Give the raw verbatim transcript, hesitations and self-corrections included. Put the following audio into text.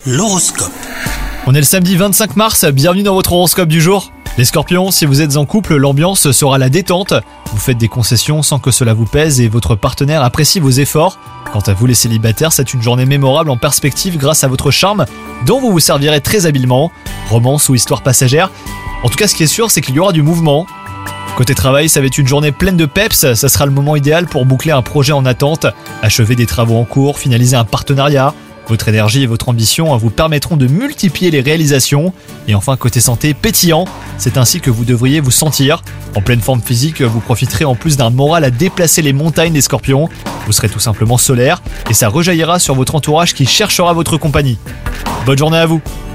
L'horoscope. On est le samedi vingt-cinq mars, bienvenue dans votre horoscope du jour. Les scorpions, si vous êtes en couple, l'ambiance sera la détente. Vous faites des concessions sans que cela vous pèse et votre partenaire apprécie vos efforts. Quant à vous les célibataires, c'est une journée mémorable en perspective grâce à votre charme dont vous vous servirez très habilement. Romance ou histoire passagère. En tout cas, ce qui est sûr, c'est qu'il y aura du mouvement. Côté travail, ça va être une journée pleine de peps, ça sera le moment idéal pour boucler un projet en attente, achever des travaux en cours, finaliser un partenariat. Votre énergie et votre ambition vous permettront de multiplier les réalisations. Et enfin, côté santé, pétillant, c'est ainsi que vous devriez vous sentir. En pleine forme physique, vous profiterez en plus d'un moral à déplacer les montagnes des scorpions. Vous serez tout simplement solaire et ça rejaillira sur votre entourage qui cherchera votre compagnie. Bonne journée à vous!